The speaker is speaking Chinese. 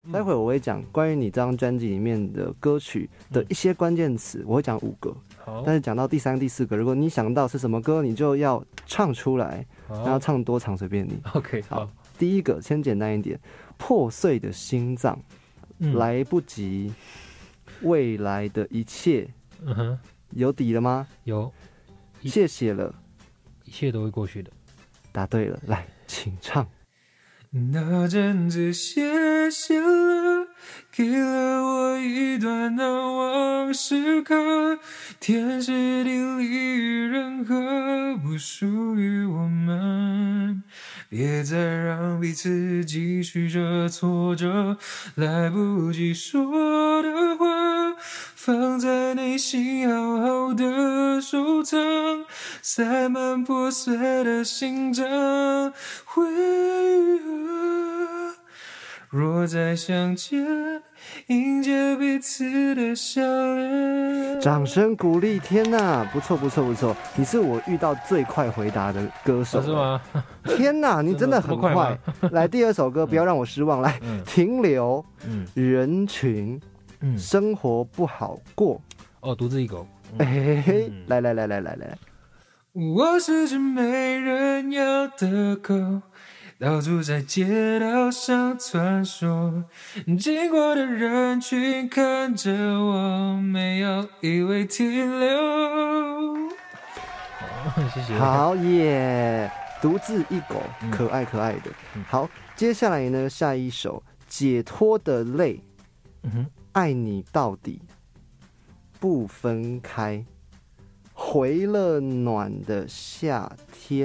待会我会讲关于你这张专辑里面的歌曲的一些关键词，我会讲5个。 好， 但是讲到第3、第4个，如果你想到是什么歌，你就要唱出来，然后唱多长随便你。 OK， 好， 第一个先简单一点，破碎的心脏，来不及，未来的一切，有底了吗？ 有， 谢谢了， 一切都会过去的。 答对了，来，请唱。 那阵子谢谢了，给了我一段难忘时刻，天时地利人和不属于我们，别再让彼此继续着挫折，来不及说的话放在内心好好的收藏，塞满破碎的心脏，会愈合。若再相见，迎接彼此的笑脸。 掌声鼓励！天哪，不错不错不错，你是我遇到最快回答的歌手， 是吗？ 天哪，你真的很快。来，第2首歌，不要让我失望。来，停留，人群，生活不好过。 哦，独自一狗。 来， 我是只没人要的狗，到处在街道上穿梭，经过的人群看着我，没有一位停留。 谢谢。 好耶，独自一狗，可爱可爱的。好，接下来呢，下一首解脱的泪，爱你到底，不分开，回了暖的夏天。